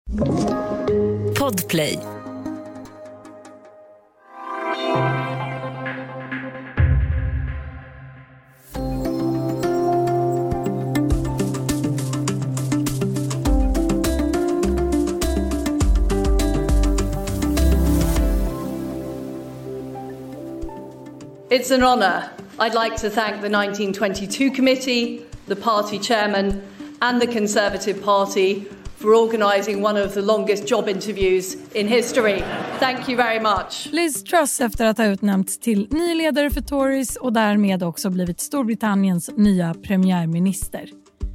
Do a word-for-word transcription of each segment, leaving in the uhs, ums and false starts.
Podplay. It's an honour. I'd like to thank the nineteen twenty-two committee, the party chairman and the Conservative Party for organising one of the longest job interviews in history. Thank you very much. Liz Truss efter att ha utnämnts till ny ledare för Tories och därmed också blivit Storbritanniens nya premiärminister.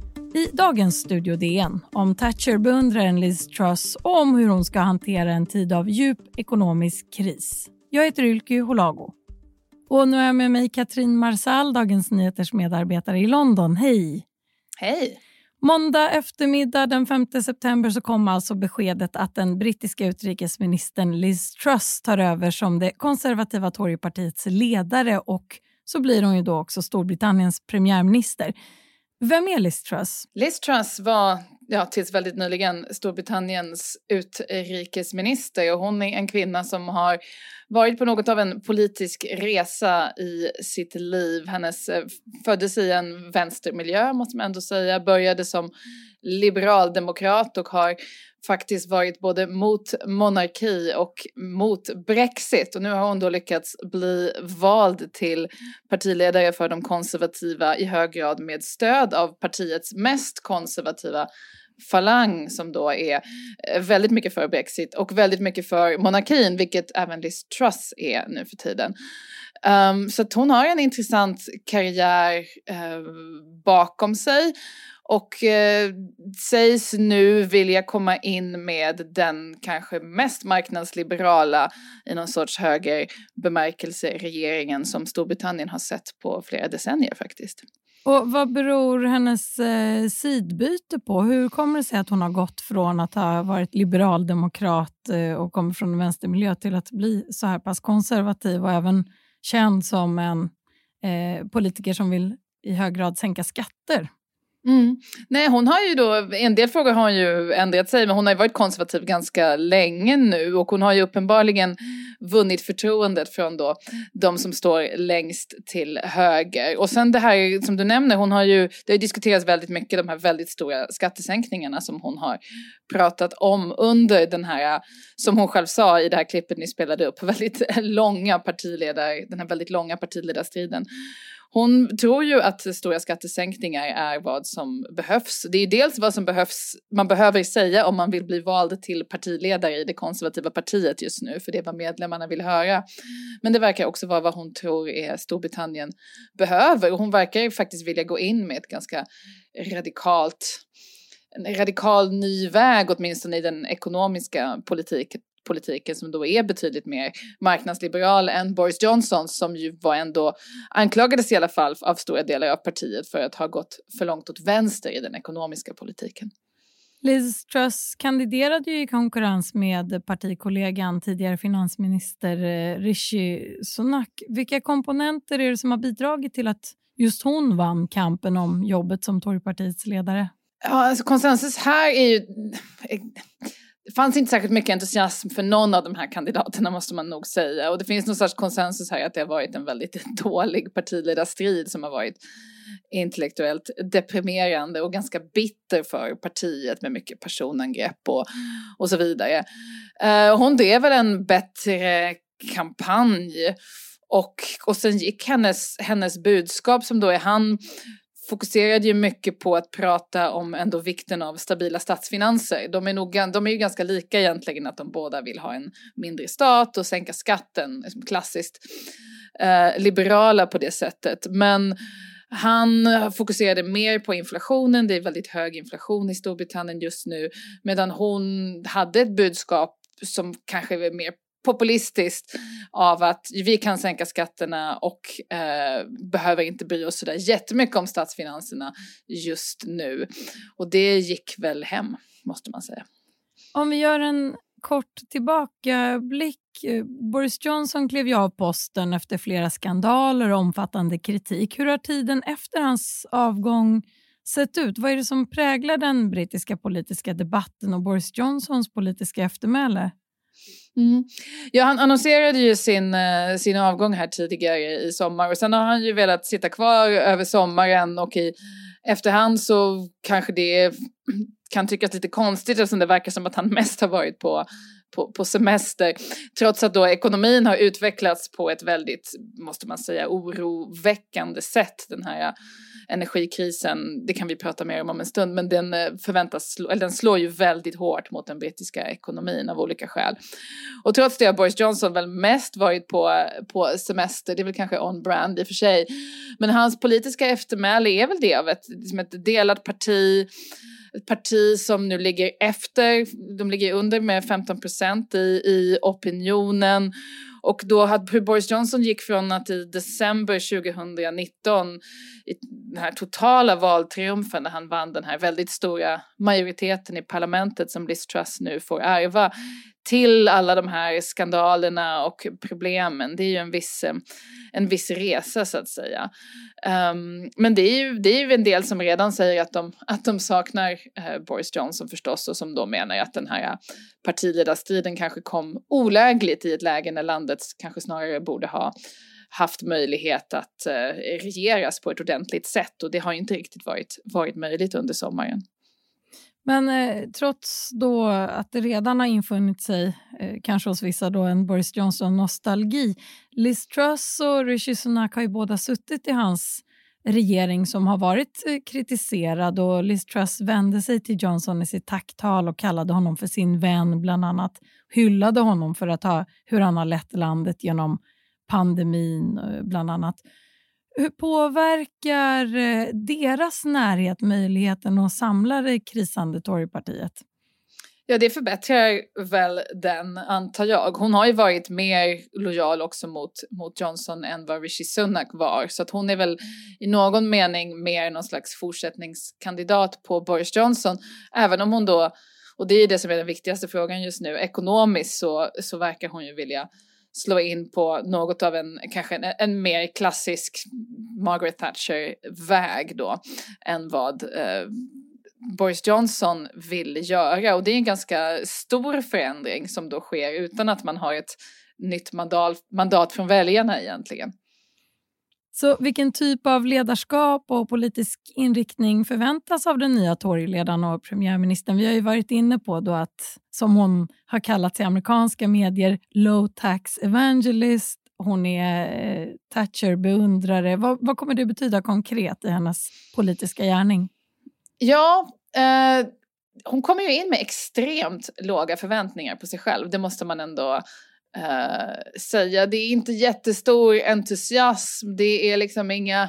I dagens Studio D N om Thatcher beundraren Liz Truss och om hur hon ska hantera en tid av djup ekonomisk kris. Jag heter Ylke Holago. Och nu är jag med mig Katrin Marsall, Dagens Nyheters medarbetare i London. Hej! Hej! Måndag eftermiddag den femte september så kom alltså beskedet att den brittiska utrikesministern Liz Truss tar över som det konservativa Torypartiets ledare och så blir hon ju då också Storbritanniens premiärminister. Vem är Liz Truss? Liz Truss var ja, tills väldigt nyligen Storbritanniens utrikesminister och hon är en kvinna som har varit på något av en politisk resa i sitt liv. Hennes eh, föddes i en vänstermiljö måste man ändå säga, började som liberaldemokrat och har faktiskt varit både mot monarki och mot Brexit. Och nu har hon då lyckats bli vald till partiledare för de konservativa i hög grad med stöd av partiets mest konservativa falang som då är väldigt mycket för Brexit och väldigt mycket för monarkin, vilket även Liz Truss är nu för tiden. Um, så att hon har en intressant karriär uh, bakom sig och uh, sägs nu vilja komma in med den kanske mest marknadsliberala i någon sorts höger bemärkelse regeringen som Storbritannien har sett på flera decennier faktiskt. Och vad beror hennes eh, sidbyte på? Hur kommer det sig att hon har gått från att ha varit liberaldemokrat eh, och kommer från en vänstermiljö till att bli så här pass konservativ och även känd som en eh, politiker som vill i hög grad sänka skatter? Mm. Nej, hon har ju då, en del frågor har hon ju ändrat sig, men hon har ju varit konservativ ganska länge nu och hon har ju uppenbarligen vunnit förtroendet från då de som står längst till höger. Och sen det här som du nämner, hon har ju, det har ju diskuterats väldigt mycket de här väldigt stora skattesänkningarna som hon har pratat om under den här, som hon själv sa i det här klippet ni spelade upp, väldigt långa partiledar, den här väldigt långa partiledarstriden. Hon tror ju att stora skattesänkningar är vad som behövs. Det är dels vad som behövs, man behöver säga om man vill bli vald till partiledare i det konservativa partiet just nu. För det är vad medlemmarna vill höra. Men det verkar också vara vad hon tror är Storbritannien behöver. Och hon verkar ju faktiskt vilja gå in med ett ganska radikalt, en radikal ny väg åtminstone i den ekonomiska politiken. politiken som då är betydligt mer marknadsliberal än Boris Johnson som ju var ändå anklagades i alla fall av stora delar av partiet för att ha gått för långt åt vänster i den ekonomiska politiken. Liz Truss kandiderade ju i konkurrens med partikollegan tidigare finansminister Rishi Sunak. Vilka komponenter är det som har bidragit till att just hon vann kampen om jobbet som Torypartiets ledare? Ja, alltså konsensus här är ju... Det fanns inte särskilt mycket entusiasm för någon av de här kandidaterna måste man nog säga. Och det finns någon sorts konsensus här att det har varit en väldigt dålig partiledarstrid som har varit intellektuellt deprimerande och ganska bitter för partiet med mycket personangrepp och, och så vidare. Uh, hon drev väl en bättre kampanj och, och sen gick hennes, hennes budskap som då är han... fokuserade ju mycket på att prata om ändå vikten av stabila statsfinanser. De är, nog, de är ju ganska lika egentligen att de båda vill ha en mindre stat och sänka skatten. Liksom klassiskt eh, liberala på det sättet. Men han fokuserade mer på inflationen. Det är väldigt hög inflation i Storbritannien just nu. Medan hon hade ett budskap som kanske är mer populistiskt av att vi kan sänka skatterna och eh, behöver inte bry oss så där jättemycket om statsfinanserna just nu. Och det gick väl hem, måste man säga. Om vi gör en kort tillbakablick. Boris Johnson klev ju av posten efter flera skandaler och omfattande kritik. Hur har tiden efter hans avgång sett ut? Vad är det som präglar den brittiska politiska debatten och Boris Johnsons politiska eftermäle? Mm. Ja, han annonserade ju sin, sin avgång här tidigare i sommar och sen har han ju velat sitta kvar över sommaren, och i efterhand så kanske det kan tyckas lite konstigt eftersom det verkar som att han mest har varit på, på, på semester. Trots att då ekonomin har utvecklats på ett väldigt, måste man säga, oroväckande sätt. Den här energikrisen, det kan vi prata mer om om en stund, men den förväntas, eller den slår ju väldigt hårt mot den brittiska ekonomin av olika skäl. Och trots det har Boris Johnson väl mest varit på, på semester, det är väl kanske on brand i och för sig. Men hans politiska eftermäle är väl det av ett, liksom ett delat parti, ett parti som nu ligger efter, de ligger under med femton procent i, i opinionen. Och då hade Boris Johnson gick från att i december tjugonitton, i den här totala valtriumfen när han vann den här väldigt stora majoriteten i parlamentet som Liz Truss nu får ärva, till alla de här skandalerna och problemen. Det är ju en viss, en viss resa så att säga. Um, men det är, ju, det är ju en del som redan säger att de, att de saknar uh, Boris Johnson förstås, och som då menar att den här partiledarstriden kanske kom olägligt i ett läge när landet kanske snarare borde ha haft möjlighet att uh, regeras på ett ordentligt sätt, och det har inte riktigt varit, varit möjligt under sommaren. Men eh, trots då att det redan har infunnit sig, eh, kanske hos vissa då, en Boris Johnson-nostalgi. Liz Truss och Rishi Sunak har ju båda suttit i hans regering som har varit eh, kritiserad, och Liz Truss vände sig till Johnson i sitt tacktal och kallade honom för sin vän bland annat. Hyllade honom för att ha, hur han har lett landet genom pandemin eh, bland annat. Hur påverkar deras närhet möjligheten att samla det krisande Torypartiet? Ja, det förbättrar väl den, antar jag. Hon har ju varit mer lojal också mot, mot Johnson än vad Rishi Sunak var. Så att hon är väl i någon mening mer någon slags fortsättningskandidat på Boris Johnson. Även om hon då, och det är det som är den viktigaste frågan just nu, ekonomiskt så, så verkar hon ju vilja slå in på något av en, kanske en, en mer klassisk Margaret Thatcher-väg då än vad eh, Boris Johnson vill göra. Och det är en ganska stor förändring som då sker utan att man har ett nytt mandat, mandat från väljarna egentligen. Så vilken typ av ledarskap och politisk inriktning förväntas av den nya Toryledaren och premiärministern? Vi har ju varit inne på då att, som hon har kallat i amerikanska medier, low tax evangelist. Hon är eh, Thatcher-beundrare. Vad, vad kommer det betyda konkret i hennes politiska gärning? Ja, eh, hon kommer ju in med extremt låga förväntningar på sig själv. Det måste man ändå Uh, säga. Det är inte jättestor entusiasm, det är liksom inga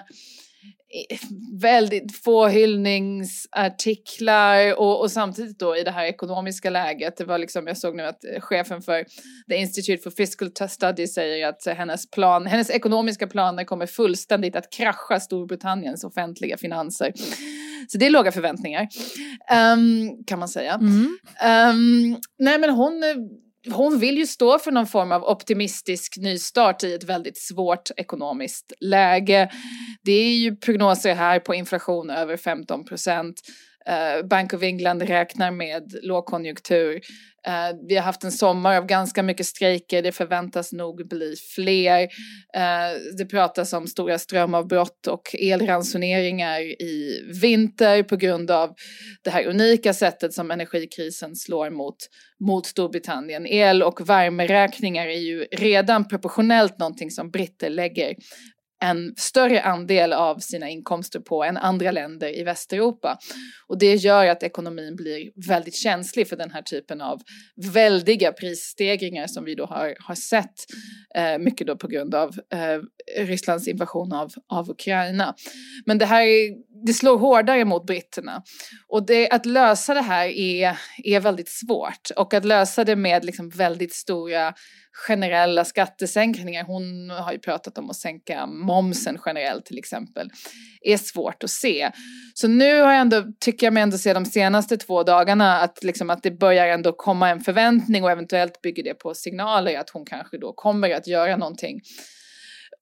väldigt få hyllningsartiklar, och, och samtidigt då i det här ekonomiska läget, det var liksom, jag såg nu att chefen för The Institute for Fiscal Studies säger att hennes plan, hennes ekonomiska planer kommer fullständigt att krascha Storbritanniens offentliga finanser. Så det är låga förväntningar, um, kan man säga. Mm. Um, nej men hon Hon vill ju stå för någon form av optimistisk nystart i ett väldigt svårt ekonomiskt läge. Det är ju prognoser här på inflation över femton procent. Uh, Bank of England räknar med lågkonjunktur. Uh, vi har haft en sommar av ganska mycket strejker. Det förväntas nog bli fler. Uh, det pratas om stora strömavbrott och elransoneringar i vinter på grund av det här unika sättet som energikrisen slår mot, mot Storbritannien. El- och värmeräkningar är ju redan proportionellt någonting som britter lägger en större andel av sina inkomster på än andra länder i Västeuropa. Och det gör att ekonomin blir väldigt känslig för den här typen av väldiga prisstegringar som vi då har, har sett, eh, mycket då på grund av eh, Rysslands invasion av, av Ukraina. Men det här det slår hårdare mot britterna. Och det, att lösa det här är, är väldigt svårt. Och att lösa det med liksom väldigt stora generella skattesänkningar, hon har ju pratat om att sänka momsen generellt till exempel, är svårt att se. Så nu har jag ändå, tycker jag mig ändå se de senaste två dagarna att, liksom, att det börjar ändå komma en förväntning, och eventuellt bygger det på signaler att hon kanske då kommer att göra någonting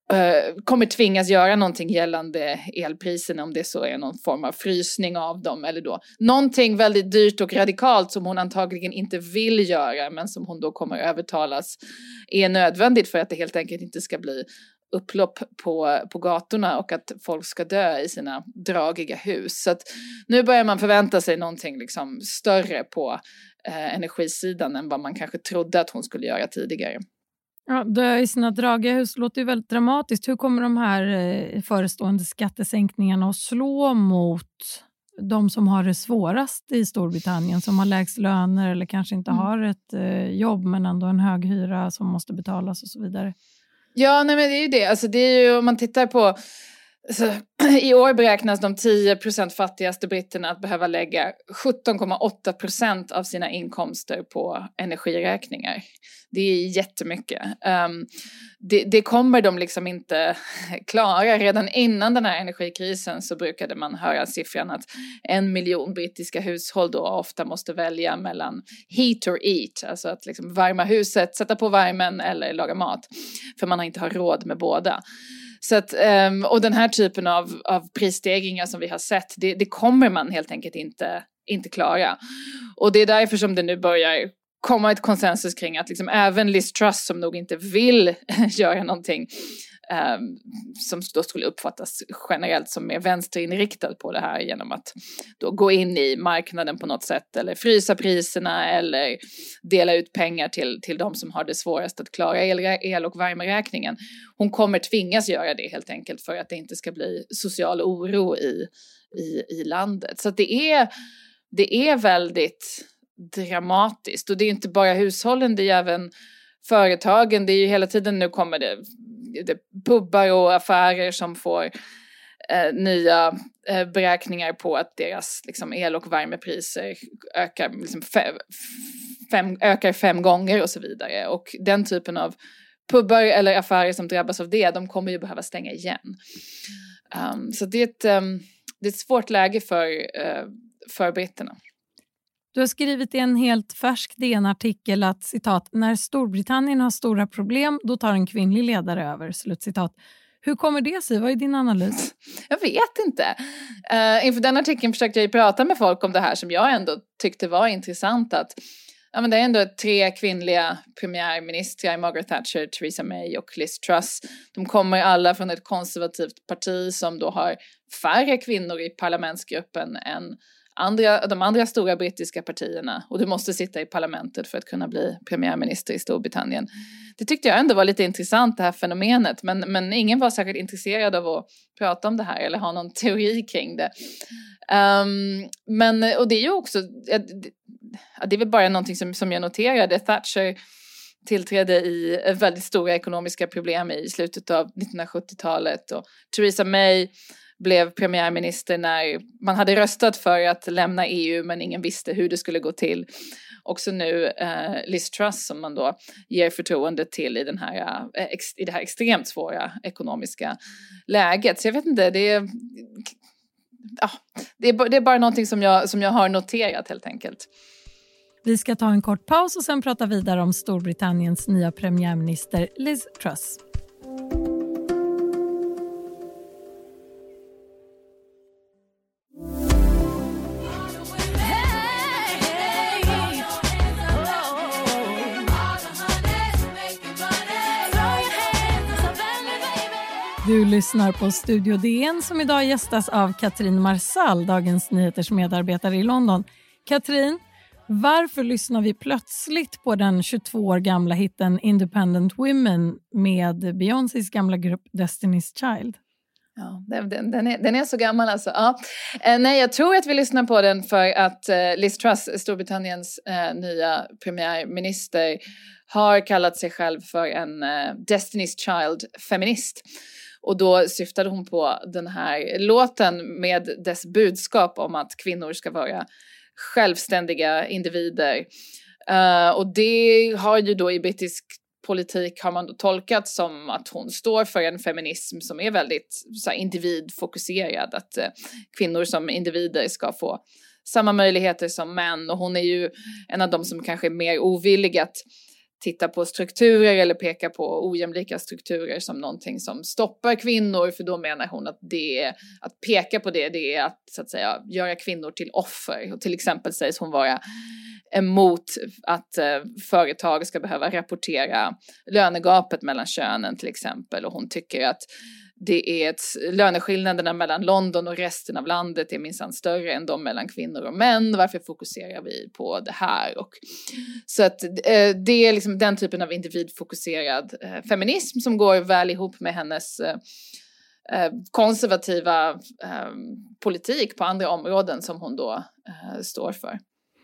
uh, kommer tvingas göra någonting gällande elpriserna, om det så är någon form av frysning av dem eller då någonting väldigt dyrt och radikalt som hon antagligen inte vill göra, men som hon då kommer övertalas är nödvändigt för att det helt enkelt inte ska bli upplopp på, på gatorna och att folk ska dö i sina dragiga hus. Så att nu börjar man förvänta sig någonting liksom större på eh, energisidan än vad man kanske trodde att hon skulle göra tidigare. Ja, dö i sina dragiga hus låter ju väldigt dramatiskt. Hur kommer de här eh, förestående skattesänkningarna att slå mot de som har det svårast i Storbritannien, som har lägst löner eller kanske inte mm. har ett eh, jobb men ändå en hög hyra som måste betalas och så vidare? Ja, nej men det är ju det. Alltså det är ju, om man tittar på, så, i år beräknas de tio procent fattigaste britterna att behöva lägga sjutton komma åtta procent av sina inkomster på energiräkningar. Det är jättemycket. Um, det, det kommer de liksom inte klara. Redan innan den här energikrisen så brukade man höra siffran att en miljon brittiska hushåll då ofta måste välja mellan heat or eat. Alltså att liksom värma huset, sätta på värmen eller laga mat. För man har inte har råd med båda. Så att, um, och den här typen av, av prisstegringar som vi har sett, det, det kommer man helt enkelt inte, inte klara. Och det är därför som det nu börjar komma ett konsensus kring att liksom även Liz Truss, som nog inte vill göra någonting um, som då skulle uppfattas generellt som mer vänsterinriktad på det här, genom att då gå in i marknaden på något sätt eller frysa priserna eller dela ut pengar till, till de som har det svårast att klara el, el- och värmeräkningen. Hon kommer tvingas göra det helt enkelt för att det inte ska bli social oro i, i, i landet. Så att det är, det är väldigt dramatiskt, och det är inte bara hushållen, det är även företagen. Det är ju hela tiden, nu kommer det, det pubbar och affärer som får eh, nya eh, beräkningar på att deras liksom, el- och värmepriser ökar, liksom, fem, fem, ökar fem gånger och så vidare. Och den typen av pubbar eller affärer som drabbas av det, de kommer ju behöva stänga igen. Um, så det är, ett, um, det är ett svårt läge för, uh, för britterna. Du har skrivit i en helt färsk D N-artikel att, citat, när Storbritannien har stora problem, då tar en kvinnlig ledare över, slutcitat. Hur kommer det sig? Vad är din analys? Jag vet inte. Uh, inför den artikeln försökte jag ju prata med folk om det här som jag ändå tyckte var intressant. Att ja, men det är ändå tre kvinnliga premiärministrar, Margaret Thatcher, Theresa May och Liz Truss. De kommer alla från ett konservativt parti som då har färre kvinnor i parlamentsgruppen än andra, de andra stora brittiska partierna. Och du måste sitta i parlamentet för att kunna bli premiärminister i Storbritannien. Det tyckte jag ändå var lite intressant, det här fenomenet. Men, men ingen var särskilt intresserad av att prata om det här eller ha någon teori kring det. Um, men, och det är ju också, det är väl bara någonting som, som jag noterade. Thatcher tillträdde i väldigt stora ekonomiska problem i slutet av nittonhundrasjuttiotalet. Och Theresa May blev premiärminister när man hade röstat för att lämna E U, men ingen visste hur det skulle gå till. Också nu eh, Liz Truss som man då ger förtroende till i, den här, eh, ex, i det här extremt svåra ekonomiska läget. Så jag vet inte, det är, ja, det är, det är bara någonting som jag, som jag har noterat helt enkelt. Vi ska ta en kort paus och sen prata vidare om Storbritanniens nya premiärminister Liz Truss. Du lyssnar på Studio D N som idag gästas av Katrin Marsall, Dagens Nyheters medarbetare i London. Katrin, varför lyssnar vi plötsligt på den tjugotvå år gamla hitten Independent Women med Beyoncés gamla grupp Destiny's Child? Ja, den, den, är, den är så gammal alltså. Ja. Eh, nej, jag tror att vi lyssnar på den för att eh, Liz Truss, Storbritanniens eh, nya premiärminister, har kallat sig själv för en eh, Destiny's Child-feminist. Och då syftade hon på den här låten med dess budskap om att kvinnor ska vara självständiga individer. Uh, och det har ju då i brittisk politik har man då tolkat som att hon står för en feminism som är väldigt så här, individfokuserad. Att uh, kvinnor som individer ska få samma möjligheter som män. Och hon är ju en av de som kanske är mer ovillig att titta på strukturer eller peka på ojämlika strukturer som någonting som stoppar kvinnor, för då menar hon att det är, att peka på det, det är att så att säga göra kvinnor till offer. Och till exempel sägs hon vara emot att eh, företag ska behöva rapportera lönegapet mellan könen till exempel, och hon tycker att det är ett, löneskillnaderna mellan London och resten av landet är minsann större än de mellan kvinnor och män. Varför fokuserar vi på det här? Och, så att eh, det är liksom den typen av individfokuserad eh, feminism som går väl ihop med hennes eh, konservativa eh, politik på andra områden som hon då eh, står för.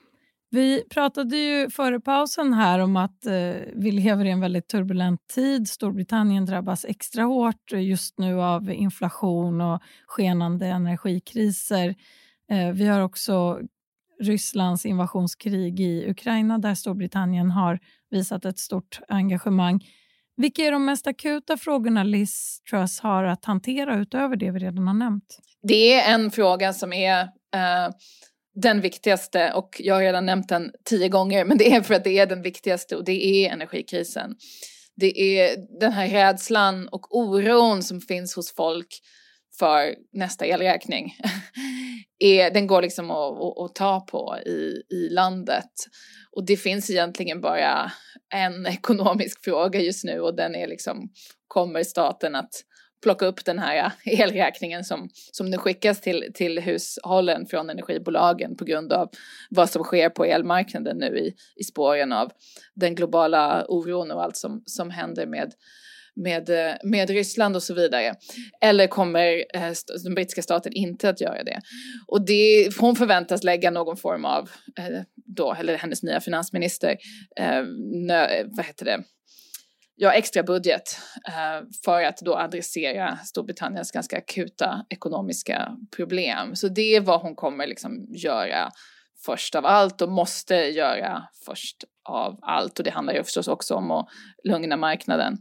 Vi pratade ju före pausen här om att eh, vi lever i en väldigt turbulent tid. Storbritannien drabbas extra hårt just nu av inflation och skenande energikriser. Eh, vi har också Rysslands invasionskrig i Ukraina där Storbritannien har visat ett stort engagemang. Vilka är de mest akuta frågorna Liz Truss har att hantera utöver det vi redan har nämnt? Det är en fråga som är... Uh... den viktigaste, och jag har redan nämnt den tio gånger, men det är för att det är den viktigaste, och det är energikrisen. Det är den här rädslan och oron som finns hos folk för nästa elräkning. är, den går liksom att, att, att ta på i, i landet. Och det finns egentligen bara en ekonomisk fråga just nu, och den är liksom, kommer staten att plocka upp den här elräkningen som, som nu skickas till, till hushållen från energibolagen på grund av vad som sker på elmarknaden nu i, i spåren av den globala oron och allt som, som händer med, med, med Ryssland och så vidare. Eller kommer eh, den brittiska staten inte att göra det? Och det, hon förväntas lägga någon form av, eh, då, eller hennes nya finansminister, eh, nö, vad heter det? Ja, extra budget eh, för att då adressera Storbritanniens ganska akuta ekonomiska problem. Så det är vad hon kommer liksom göra först av allt och måste göra först av allt. Och det handlar ju förstås också om att lugna marknaden.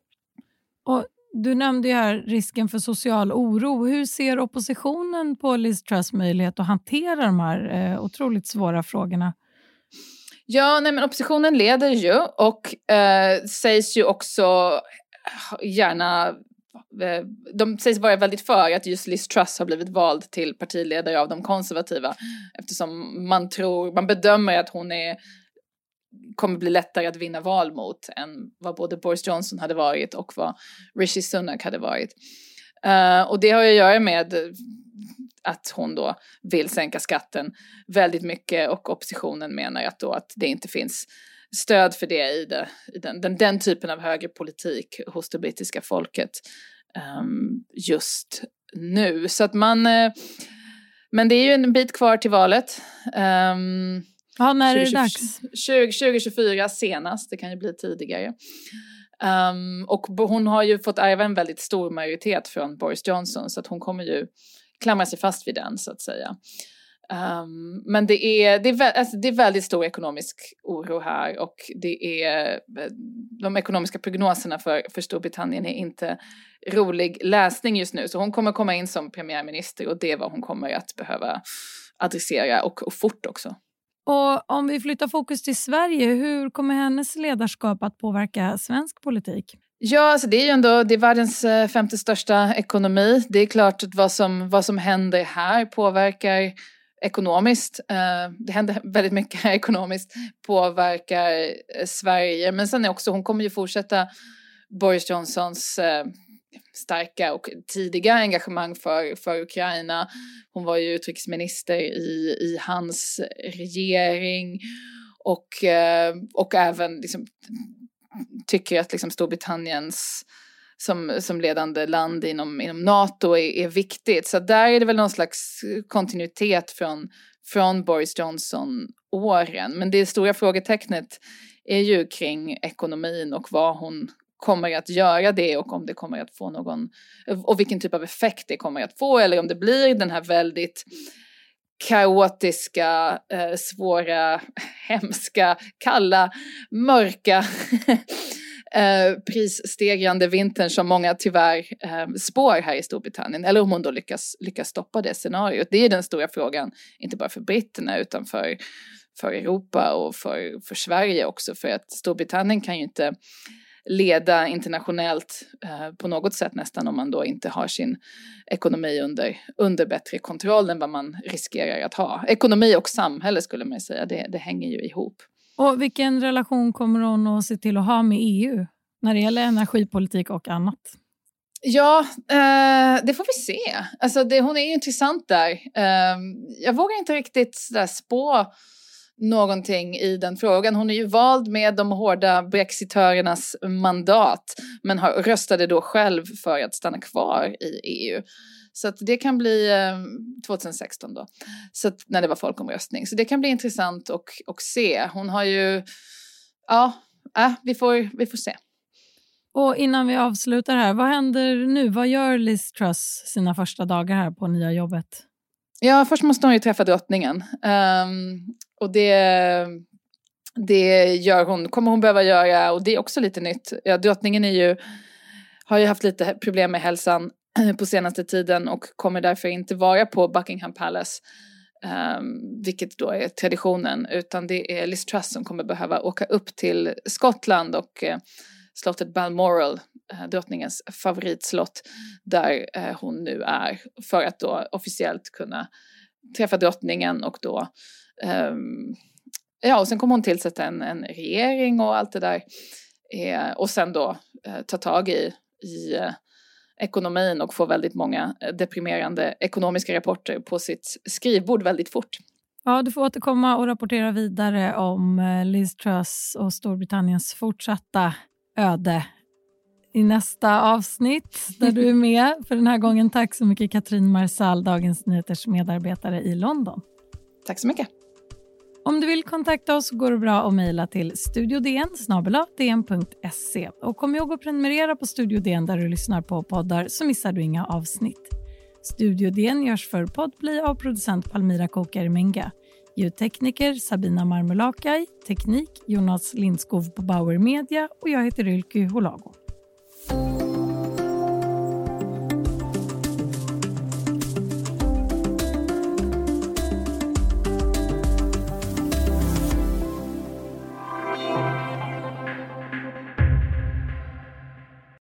Och du nämnde ju här risken för social oro. Hur ser oppositionen på Liz Truss möjlighet att hantera de här eh, otroligt svåra frågorna? Ja, nej, men oppositionen leder ju och eh, sägs ju också gärna, eh, de sägs vara väldigt för att just Liz Truss har blivit vald till partiledare av de konservativa, eftersom man tror, man bedömer att hon är, kommer bli lättare att vinna val mot än vad både Boris Johnson hade varit och vad Rishi Sunak hade varit. Uh, och det har ju att göra med att hon då vill sänka skatten väldigt mycket, och oppositionen menar att, då att det inte finns stöd för det i, det, i den, den, den typen av högerpolitik hos det brittiska folket um, just nu. Så att man, uh, men det är ju en bit kvar till valet. Um, ja, när är det dags? tjugo tjugofyra senast, det kan ju bli tidigare. Um, och hon har ju fått ärva en väldigt stor majoritet från Boris Johnson, så att hon kommer ju klamra sig fast vid den, så att säga. Um, men det är, det, är vä- alltså det är väldigt stor ekonomisk oro här, och det är, de ekonomiska prognoserna för, för Storbritannien är inte rolig läsning just nu. Så hon kommer komma in som premiärminister, och det är vad hon kommer att behöva adressera, och, och fort också. Och om vi flyttar fokus till Sverige, hur kommer hennes ledarskap att påverka svensk politik? Ja, alltså det är ju ändå, det är världens femte största ekonomi. Det är klart att vad som, vad som händer här påverkar ekonomiskt. Det händer väldigt mycket här ekonomiskt, påverkar Sverige. Men sen är också, hon kommer ju fortsätta Boris Johnsons starka och tidiga engagemang för, för Ukraina. Hon var ju utrikesminister i, i hans regering, och, och även liksom tycker att liksom Storbritanniens som, som ledande land inom, inom NATO är, är viktigt. Så där är det väl någon slags kontinuitet från, från Boris Johnson-åren. Men det stora frågetecknet är ju kring ekonomin och vad hon kommer att göra det, och om det kommer att få någon, och vilken typ av effekt det kommer att få, eller om det blir den här väldigt kaotiska, eh, svåra, hemska, kalla, mörka eh, prisstegrande vintern som många tyvärr eh, spår här i Storbritannien, eller om hon då lyckas, lyckas stoppa det scenariot. Det är den stora frågan, inte bara för britterna utan för, för Europa och för, för Sverige också. För att Storbritannien kan ju inte leda internationellt eh, på något sätt nästan om man då inte har sin ekonomi under, under bättre kontroll än vad man riskerar att ha. Ekonomi och samhälle skulle man säga, det, det hänger ju ihop. Och vilken relation kommer hon att se till att ha med E U när det gäller energipolitik och annat? Ja, eh, det får vi se. Alltså det, hon är ju intressant där. Eh, jag vågar inte riktigt där spå någonting i den frågan. Hon är ju vald med de hårda brexitörernas mandat, men har, röstade då själv för att stanna kvar i E U. Så att det kan bli eh, tjugohundrasexton då, så att, när det var folkomröstning. Så det kan bli intressant att och se. Hon har ju, ja, äh, vi, får, vi får se. Och innan vi avslutar här, vad händer nu? Vad gör Liz Truss sina första dagar här på nya jobbet? Ja, först måste hon ju träffa drottningen. Um, och det, det gör hon, kommer hon behöva göra, och det är också lite nytt. Ja, drottningen är ju, har ju haft lite problem med hälsan på senaste tiden och kommer därför inte vara på Buckingham Palace. Um, vilket då är traditionen, utan det är Liz Truss som kommer behöva åka upp till Skottland och uh, slottet Balmoral, uh, drottningens favoritslott, där uh, hon nu är, för att då officiellt kunna träffa drottningen och då um, ja, och sen kommer hon tillsätta en, en regering och allt det där uh, och sen då uh, ta tag i, i uh, ekonomin och få väldigt många deprimerande ekonomiska rapporter på sitt skrivbord väldigt fort. Ja, du får återkomma och rapportera vidare om Liz Truss och Storbritanniens fortsatta öde i nästa avsnitt där du är med. För den här gången, tack så mycket Katrin Marsall, Dagens Nyheters medarbetare i London. Tack så mycket. Om du vill kontakta oss går det bra att mejla till studiodn snabel-a dn punkt se. Och kom ihåg att prenumerera på Studio D N där du lyssnar på poddar, så missar du inga avsnitt. Studio D N görs för Podplay av producent Palmira Kokarimenga. Ljudtekniker Sabina Marmulakai, teknik Jonas Lindskov på Bauer Media och jag heter Ylke Holago.